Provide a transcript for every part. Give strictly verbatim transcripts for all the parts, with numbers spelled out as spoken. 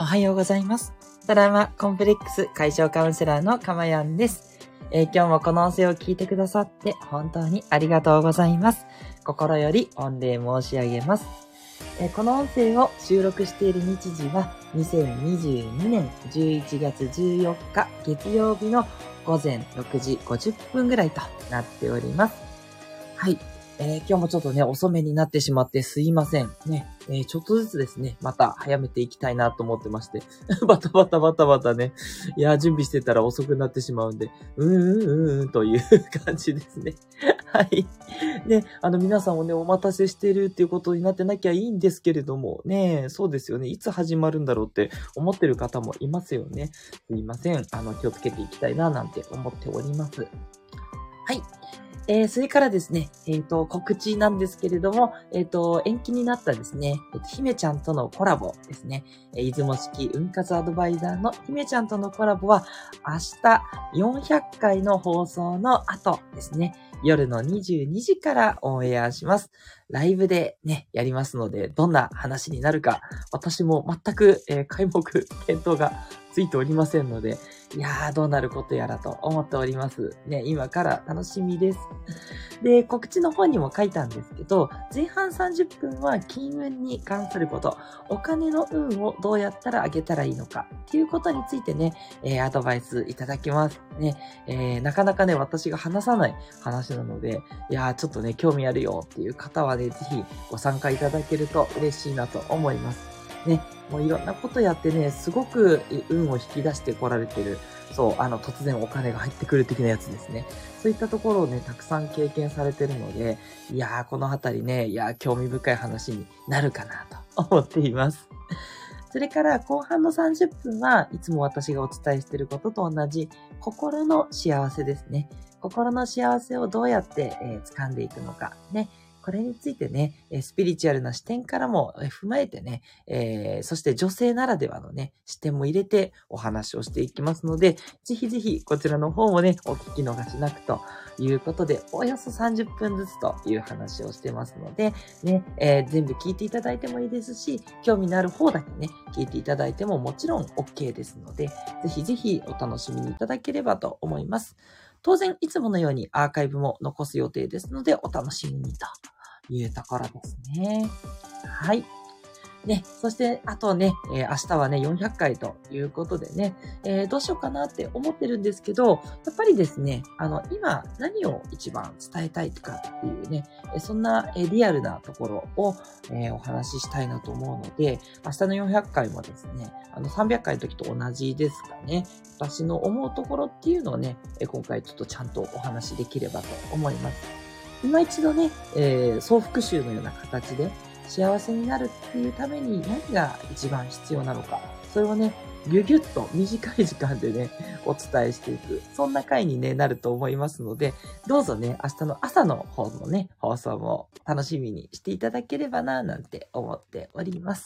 おはようございます。トラウマコンプレックス解消カウンセラーのかまやんです、えー。今日もこの音声を聞いてくださって本当にありがとうございます。心より御礼申し上げます。えー、この音声を収録している日時はにせんにじゅうにねんじゅういちがつじゅうよっか月曜日のごぜんろくじごじゅっぷんぐらいとなっております。はい。えー、今日もちょっとね、遅めになってしまってすいません。ね、えー、ちょっとずつですね、また早めていきたいなと思ってまして。バタバタバタバタね。いや、準備してたら遅くなってしまうんで、うーん、うーん、うーんという感じですね。はい。ね、あの皆さんもね、お待たせしてるっていうことになってなきゃいいんですけれども、ね、そうですよね。いつ始まるんだろうって思ってる方もいますよね。すいません。あの、気をつけていきたいななんて思っております。はい。えー、それからですね、えっと、告知なんですけれども、えっと、延期になったですね、えっと、姫ちゃんとのコラボですね、えー、出雲式運活アドバイザーの姫ちゃんとのコラボは、明日よんひゃっかいの放送の後ですね、夜のにじゅうにじからオンエアします。ライブでね、やりますので、どんな話になるか、私も全く、えー、開目、検討がついておりませんので、いやー、どうなることやらと思っております。ね、今から楽しみです。で、告知の方にも書いたんですけど、前半さんじゅっぷんは金運に関すること、お金の運をどうやったら上げたらいいのかっていうことについてね、えー、アドバイスいただきますね、えー。なかなかね、私が話さない話なので、いやー、ちょっとね、興味あるよっていう方はね、ぜひご参加いただけると嬉しいなと思います。ね、もういろんなことやってね、すごく運を引き出してこられてる、そう、あの、突然お金が入ってくる的なやつですね。そういったところをね、たくさん経験されてるので、いやー、このあたりね、いやー、興味深い話になるかなと思っています。それから後半のさんじゅっぷんはいつも私がお伝えしていることと同じ心の幸せですね。心の幸せをどうやって、えー、掴んでいくのかね。これについてね、スピリチュアルな視点からも踏まえてね、えー、そして女性ならではのね、視点も入れてお話をしていきますので、ぜひぜひこちらの方もね、お聞き逃しなくということで、およそさんじゅっぷんずつという話をしてますので、ね、えー、全部聞いていただいてもいいですし、興味のある方だけね、聞いていただいてももちろん OK ですので、ぜひぜひお楽しみにいただければと思います。当然、いつものようにアーカイブも残す予定ですので、お楽しみにというところですね。はい。ね、そして、あとね、えー、明日はね、よんひゃっかいということでね、えー、どうしようかなって思ってるんですけど、やっぱりですね、あの、今何を一番伝えたいかっていうね、えー、そんな、えー、リアルなところを、えー、お話ししたいなと思うので、明日のよんひゃっかいもですね、あの、さんびゃっかいの時と同じですかね、私の思うところっていうのをね、えー、今回ちょっとちゃんとお話しできればと思います。今一度ね、えー、総復習のような形で、幸せになるっていうために何が一番必要なのか、それをね、ぎゅぎゅっと短い時間でね、お伝えしていく、そんな回に、ね、なると思いますので、どうぞね、明日の朝の方のね、放送も楽しみにしていただければな、なんて思っております。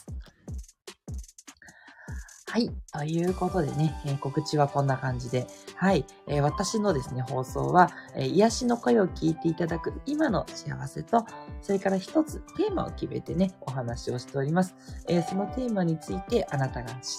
はい。ということでね、えー、告知はこんな感じで。はい。えー、私のですね、放送は、えー、癒しの声を聞いていただく今の幸せと、それから一つテーマを決めてね、お話をしております。えー、そのテーマについてあなたが知って、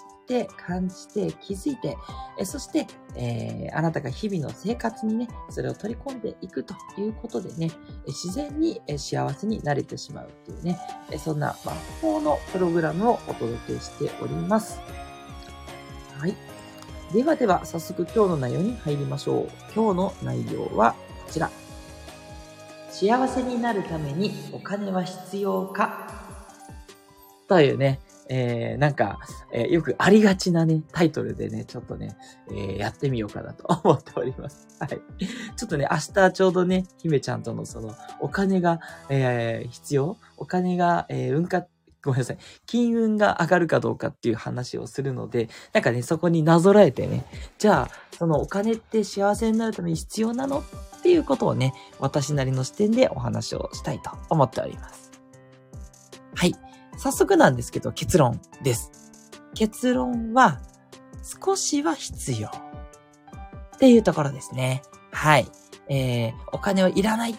感じて、気づいて、えー、そして、えー、あなたが日々の生活にね、それを取り込んでいくということでね、えー、自然に、えー、幸せになれてしまうっていうね、えー、そんな魔法のプログラムをお届けしております。はい。ではでは、早速今日の内容に入りましょう。今日の内容はこちら。幸せになるためにお金は必要かというね、えー、なんか、えー、よくありがちなね、タイトルでね、ちょっとね、えー、やってみようかなと思っております。はい。ちょっとね、明日ちょうどね、姫ちゃんとのその、お金が、えー、必要お金が、えー、運か、ごめんなさい。金運が上がるかどうかっていう話をするので、なんかね、そこになぞらえてね、じゃあ、そのお金って幸せになるために必要なのっていうことをね、私なりの視点でお話をしたいと思っております。はい。早速なんですけど、結論です。結論は、少しは必要っていうところですね。はい。えー、お金はいらないっ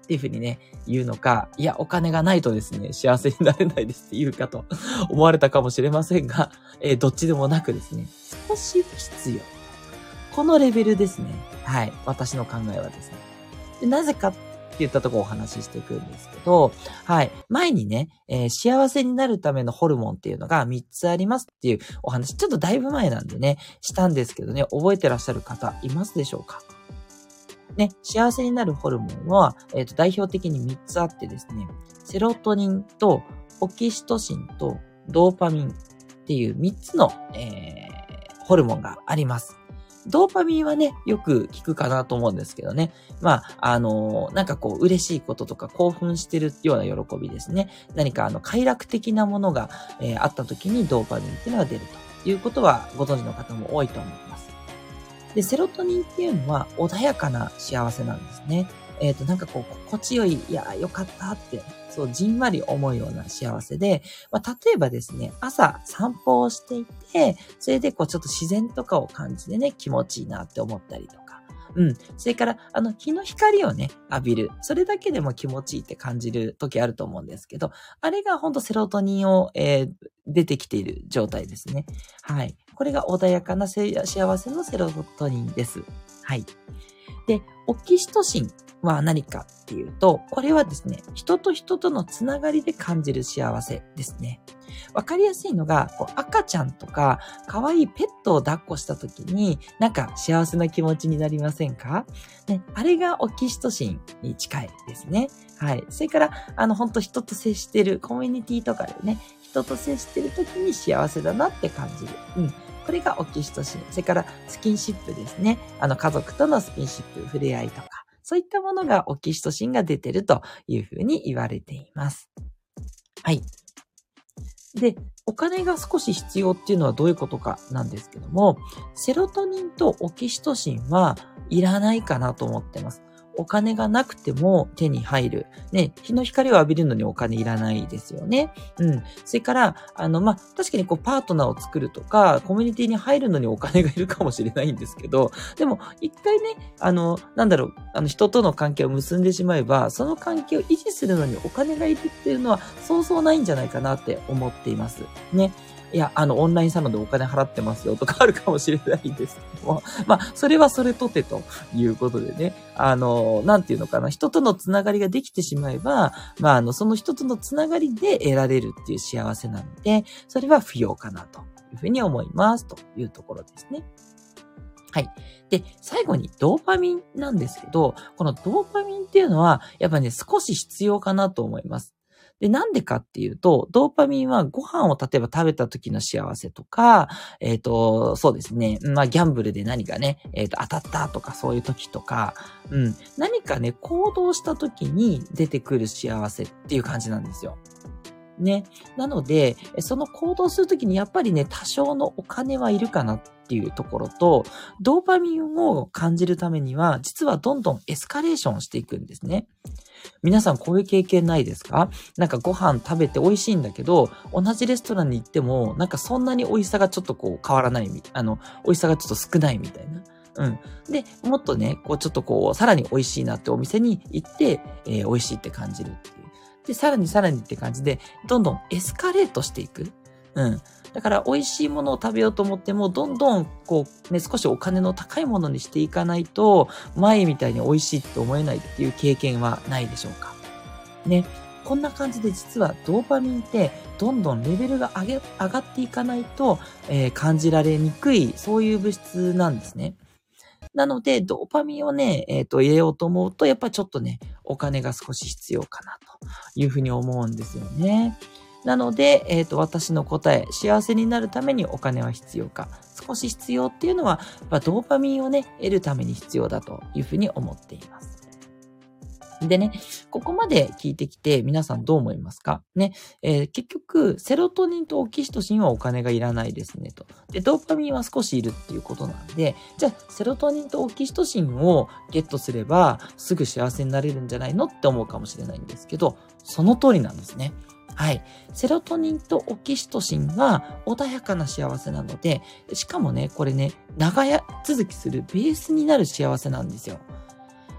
っていうふうにね、言うのか、いや、お金がないとですね、幸せになれないですって言うかと思われたかもしれませんが、えー、どっちでもなくですね、少し必要。このレベルですね。はい。私の考えはですね。でなぜかって言ったところをお話ししていくんですけど、はい。前にね、えー、幸せになるためのホルモンっていうのがみっつありますっていうお話、ちょっとだいぶ前なんでね、したんですけどね、覚えてらっしゃる方いますでしょうか？ね、幸せになるホルモンは、えっと、代表的にみっつあってですね、セロトニンとオキシトシンとドーパミンっていうみっつの、えー、ホルモンがあります。ドーパミンはね、よく聞くかなと思うんですけどね。まあ、あのー、なんかこう、嬉しいこととか興奮してるような喜びですね。何かあの、快楽的なものが、えー、あった時にドーパミンっていうのが出るということはご存知の方も多いと思います。で、セロトニンっていうのは穏やかな幸せなんですね。えっと、なんかこう、心地よい、いや、よかったって、そう、じんわり思うような幸せで、まあ、例えばですね、朝散歩をしていて、それでこう、ちょっと自然とかを感じてね、気持ちいいなって思ったりとか、うん。それから、あの、日の光をね、浴びる。それだけでも気持ちいいって感じる時あると思うんですけど、あれがほんとセロトニンを、えー、出てきている状態ですね。はい。これが穏やかな幸せのセロトニンです。はい。で、オキシトシンは何かっていうと、これはですね、人と人とのつながりで感じる幸せですね。わかりやすいのが、こう赤ちゃんとか、可愛いペットを抱っこした時に、なんか幸せな気持ちになりませんか？ね、あれがオキシトシンに近いですね。はい。それから、あの、本当人と接してる、コミュニティとかでね、人と接してる時に幸せだなって感じる。うん。これがオキシトシン。それからスキンシップですね。あの家族とのスキンシップ、触れ合いとか。そういったものがオキシトシンが出てるというふうに言われています。はい。で、お金が少し必要っていうのはどういうことかなんですけども、セロトニンとオキシトシンはいらないかなと思ってます。お金がなくても手に入る。ね、日の光を浴びるのにお金いらないですよね。うん。それから、あの、まあ、確かにこう、パートナーを作るとか、コミュニティに入るのにお金がいるかもしれないんですけど、でも、一回ね、あの、なんだろう、あの、人との関係を結んでしまえば、その関係を維持するのにお金がいるっていうのは、そうそうないんじゃないかなって思っています。ね。いや、あの、オンラインサロンでお金払ってますよとかあるかもしれないんですけども、まあ、それはそれとてということでね、あの、なんていうのかな、人とのつながりができてしまえば、まあ、あの、その人とのつながりで得られるっていう幸せなので、それは不要かなというふうに思いますというところですね。はい。で、最後にドーパミンなんですけど、このドーパミンっていうのは、やっぱね、少し必要かなと思います。で、なんでかっていうと、ドーパミンはご飯を例えば食べた時の幸せとか、えっと、そうですね。まあ、ギャンブルで何かね、えっと、当たったとかそういう時とか、うん。何かね、行動した時に出てくる幸せっていう感じなんですよ。ね。なので、その行動するときにやっぱりね、多少のお金はいるかなっていうところと、ドーパミンを感じるためには、実はどんどんエスカレーションしていくんですね。皆さんこういう経験ないですか？なんかご飯食べて美味しいんだけど、同じレストランに行っても、なんかそんなに美味しさがちょっとこう変わらないみたいな、あの、美味しさがちょっと少ないみたいな。うん。で、もっとね、こうちょっとこう、さらに美味しいなってお店に行って、えー、美味しいって感じるっていう。で、さらにさらにって感じで、どんどんエスカレートしていく。うん。だから、美味しいものを食べようと思っても、どんどん、こう、ね、少しお金の高いものにしていかないと、前みたいに美味しいって思えないっていう経験はないでしょうか。ね。こんな感じで実はドーパミンってどんどんレベルが上げ、上がっていかないと、えー、感じられにくい、そういう物質なんですね。なので、ドーパミンをね、えっと、入れようと思うと、やっぱりちょっとね、お金が少し必要かなというふうに思うんですよね。なので、えっと、私の答え、幸せになるためにお金は必要か、少し必要っていうのは、やっぱドーパミンをね、得るために必要だというふうに思っています。でね、ここまで聞いてきて皆さんどう思いますかね、えー、結局、セロトニンとオキシトシンはお金がいらないですねと。で、ドーパミンは少しいるっていうことなんで、じゃあ、セロトニンとオキシトシンをゲットすれば、すぐ幸せになれるんじゃないのって思うかもしれないんですけど、その通りなんですね。はい。セロトニンとオキシトシンは穏やかな幸せなので、しかもね、これね、長続きするベースになる幸せなんですよ。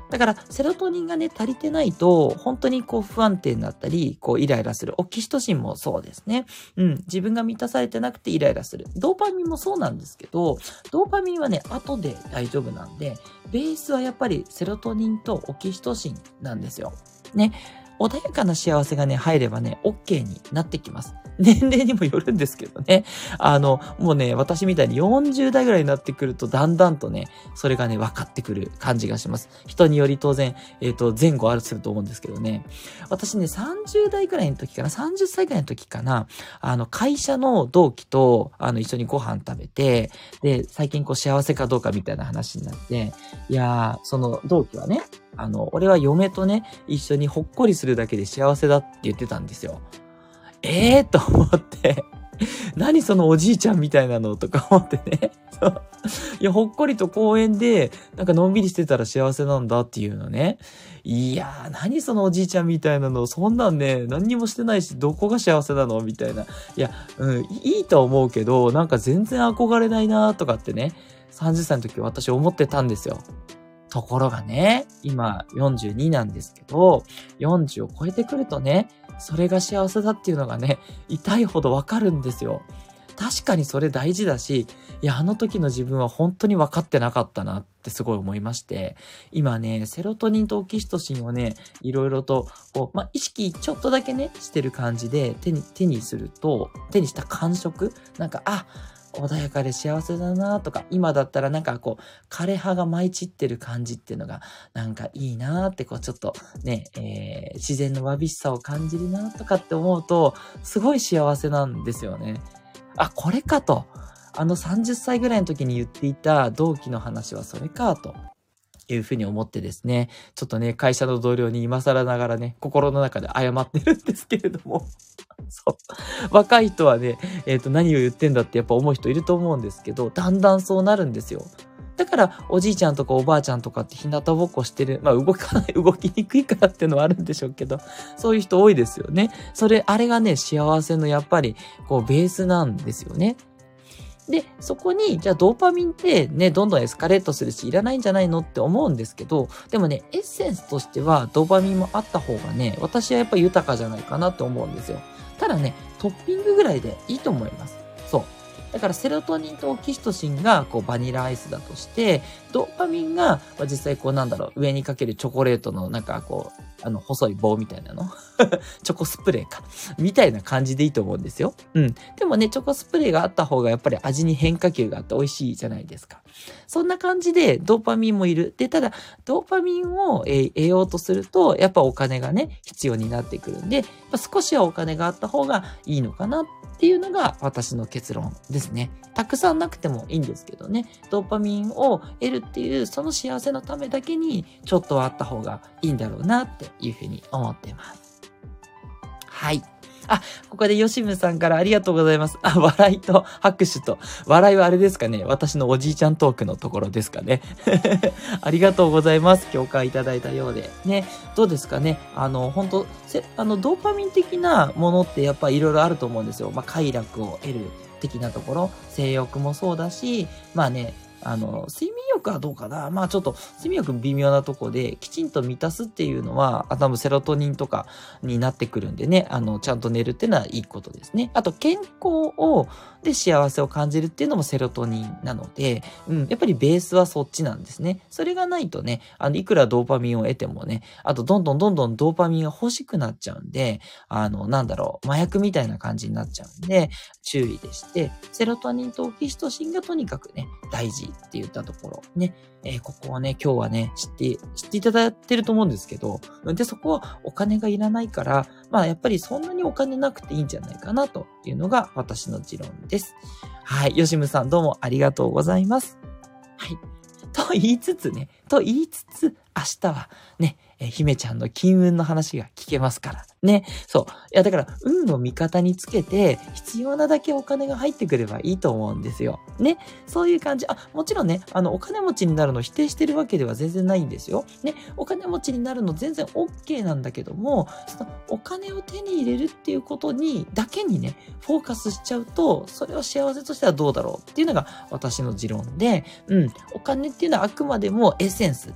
だから、セロトニンがね、足りてないと、本当にこう不安定になったり、こうイライラする。オキシトシンもそうですね。うん。自分が満たされてなくてイライラする。ドーパミンもそうなんですけど、ドーパミンはね、後で大丈夫なんで、ベースはやっぱりセロトニンとオキシトシンなんですよ。ね。穏やかな幸せがね、入ればね、OK になってきます。年齢にもよるんですけどね。あの、もうね、私みたいによんじゅう代ぐらいになってくると、だんだんとね、それがね、分かってくる感じがします。人により当然、えっと、前後あるすると思うんですけどね。私ね、さんじゅう代ぐらいの時かな、さんじゅっさいぐらいの時かな、あの、会社の同期と、あの、一緒にご飯食べて、で、最近こう幸せかどうかみたいな話になって、いやー、その同期はね、あの、俺は嫁とね、一緒にほっこりするだけで幸せだって言ってたんですよ。ええー、と思って、何そのおじいちゃんみたいなのとか思ってね。そう。いや、ほっこりと公園で、なんかのんびりしてたら幸せなんだっていうのね。いやー、何そのおじいちゃんみたいなの、そんなんね、何にもしてないし、どこが幸せなのみたいな。いや、うん、いいとは思うけど、なんか全然憧れないなとかってね、さんじゅっさいの時私思ってたんですよ。ところがね、今よんじゅうになんですけど、よんじゅうを超えてくるとね、それが幸せだっていうのがね、痛いほどわかるんですよ。確かにそれ大事だし、いや、あの時の自分は本当に分かってなかったなってすごい思いまして、今ね、セロトニンとオキシトシンをね、いろいろと、こう、まあ、意識ちょっとだけね、してる感じで手に、手にすると、手にした感触、なんか、あ、穏やかで幸せだなとか、今だったらなんかこう、枯葉が舞い散ってる感じっていうのが、なんかいいなって、こうちょっとね、えー、自然のわびしさを感じるなとかって思うと、すごい幸せなんですよね。あ、これかと。あのさんじゅっさいぐらいの時に言っていた同期の話はそれかと。いうふうに思ってですね、ちょっとね、会社の同僚に今更ながらね、心の中で謝ってるんですけれども、そう。若い人はね、えっと、何を言ってんだってやっぱ思う人いると思うんですけど、だんだんそうなるんですよ。だから、おじいちゃんとかおばあちゃんとかって日向ぼっこしてる、まあ動かない、動きにくいからっていうのはあるんでしょうけど、そういう人多いですよね。それ、あれがね、幸せのやっぱり、こう、ベースなんですよね。で、そこに、じゃあドーパミンってね、どんどんエスカレートするし、いらないんじゃないのって思うんですけど、でもね、エッセンスとしてはドーパミンもあった方がね、私はやっぱ豊かじゃないかなって思うんですよ。ただね、トッピングぐらいでいいと思います。そう。だからセロトニンとオキシトシンがこうバニラアイスだとして、ドーパミンが、まあ、実際こうなんだろう、上にかけるチョコレートのなんかこう、あの細い棒みたいなのチョコスプレーか。みたいな感じでいいと思うんですよ。うん。でもね、チョコスプレーがあった方がやっぱり味に変化球があって美味しいじゃないですか。そんな感じでドーパミンもいる。で、ただ、ドーパミンを得ようとすると、やっぱお金がね、必要になってくるんで、少しはお金があった方がいいのかなっていうのが私の結論ですね。たくさんなくてもいいんですけどね、ドーパミンを得るっていう、その幸せのためだけに、ちょっとはあった方がいいんだろうなっていうふうに思ってます。はい。あ、ここで吉ムさんからありがとうございます。あ、笑いと拍手と。笑いはあれですかね。私のおじいちゃんトークのところですかね。ありがとうございます。共感いただいたようで。ね。どうですかね。あの、本当せ、あの、ドーパミン的なものってやっぱいろいろあると思うんですよ。まあ、快楽を得る的なところ。性欲もそうだし、まあね、あの、睡眠欲はどうかな。まあちょっと、睡眠欲微妙なとこで、きちんと満たすっていうのは、あ、多分セロトニンとかになってくるんでね、あの、ちゃんと寝るっていうのはいいことですね。あと、健康を、で幸せを感じるっていうのもセロトニンなので、うん、やっぱりベースはそっちなんですね。それがないとね、あの、いくらドーパミンを得てもね、あと、どんどんどんどんドーパミンが欲しくなっちゃうんで、あの、なんだろう、麻薬みたいな感じになっちゃうんで、注意でして、セロトニンとオキシトシンがとにかくね、大事って言ったところね、えー、ここはね、今日はね、知って、知っていただいてると思うんですけど、で、そこはお金がいらないから、まあやっぱりそんなにお金なくていいんじゃないかなというのが私の持論です。はい、吉ムさんどうもありがとうございます。はい。と言いつつね、と言いつつ、明日はね、えー、姫ちゃんの金運の話が聞けますから。ね。そう。いや、だから、運を味方につけて、必要なだけお金が入ってくればいいと思うんですよ。ね。そういう感じ。あ、もちろんね、あの、お金持ちになるのを否定してるわけでは全然ないんですよ。ね。お金持ちになるの全然 OK なんだけども、そのお金を手に入れるっていうことに、だけにね、フォーカスしちゃうと、それを幸せとしてはどうだろうっていうのが私の持論で、うん。お金っていうのはあくまでもエッセンス。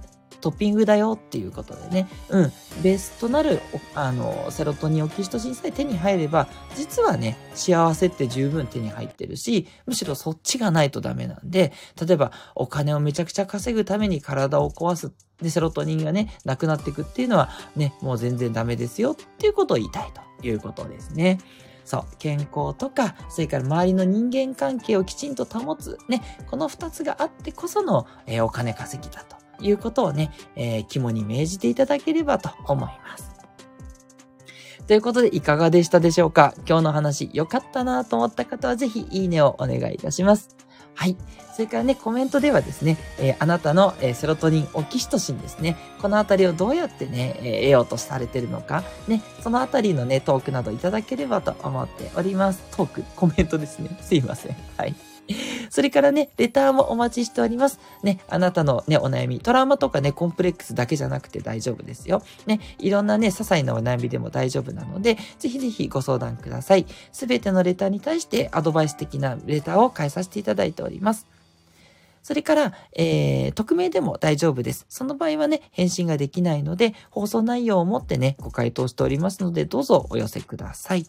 トッピングだよっていうことでね、うん、ベースとなる、あの、セロトニン、オキシトシンさえ手に入れば、実はね、幸せって十分手に入ってるし、むしろそっちがないとダメなんで、例えばお金をめちゃくちゃ稼ぐために体を壊す、で、セロトニンがね、なくなっていくっていうのはね、もう全然ダメですよっていうことを言いたいということですね。そう、健康とか、それから周りの人間関係をきちんと保つ、ね、この二つがあってこその、えー、お金稼ぎだということをね、えー、肝に銘じていただければと思います。ということで、いかがでしたでしょうか？今日の話、良かったなと思った方は、ぜひいいねをお願いいたします。はい。それからね、コメントではですね、えー、あなたの、えー、セロトニン、オキシトシンですね。このあたりをどうやってね、えー、得ようとされてるのか、ね、そのあたりのね、トークなどいただければと思っております。トーク、コメントですね。すいません。はい。それからね、レターもお待ちしております。ね、あなたのね、お悩み、トラウマとかね、コンプレックスだけじゃなくて大丈夫ですよ。ね、いろんなね、些細なお悩みでも大丈夫なので、ぜひぜひご相談ください。すべてのレターに対してアドバイス的なレターを返させていただいております。それから、えー、匿名でも大丈夫です。その場合はね、返信ができないので、放送内容をもってね、ご回答しておりますので、どうぞお寄せください。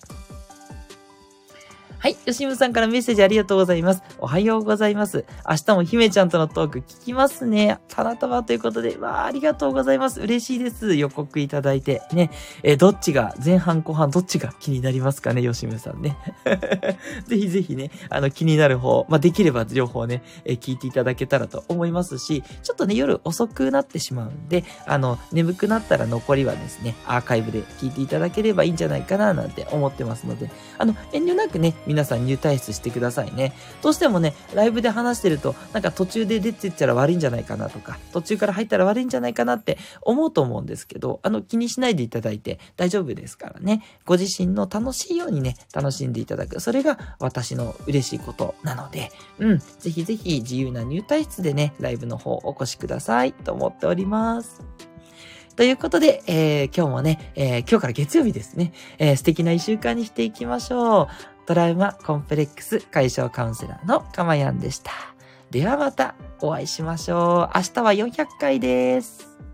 はい。吉村さんからメッセージありがとうございます。おはようございます。明日も姫ちゃんとのトーク聞きますね。花束ということで、わあ、ありがとうございます。嬉しいです。予告いただいて。ね。えー、どっちが、前半後半どっちが気になりますかね、吉村さんね。ぜひぜひね、あの、気になる方、まあ、できれば両方ね、えー、聞いていただけたらと思いますし、ちょっとね、夜遅くなってしまうんで、あの、眠くなったら残りはですね、アーカイブで聞いていただければいいんじゃないかな、なんて思ってますので、あの、遠慮なくね、皆さん入退出してくださいね。どうしてもね、ライブで話してると、なんか途中で出てっちゃら悪いんじゃないかなとか、途中から入ったら悪いんじゃないかなって思うと思うんですけど、あの、気にしないでいただいて大丈夫ですからね。ご自身の楽しいようにね、楽しんでいただく。それが私の嬉しいことなので、うん、ぜひぜひ自由な入退室でね、ライブの方お越しくださいと思っております。ということで、えー、今日もね、えー、今日から月曜日ですね、えー、素敵な一週間にしていきましょう。トラウマコンプレックス解消カウンセラーのかまやんでした。ではまたお会いしましょう。明日はよんひゃっかいです。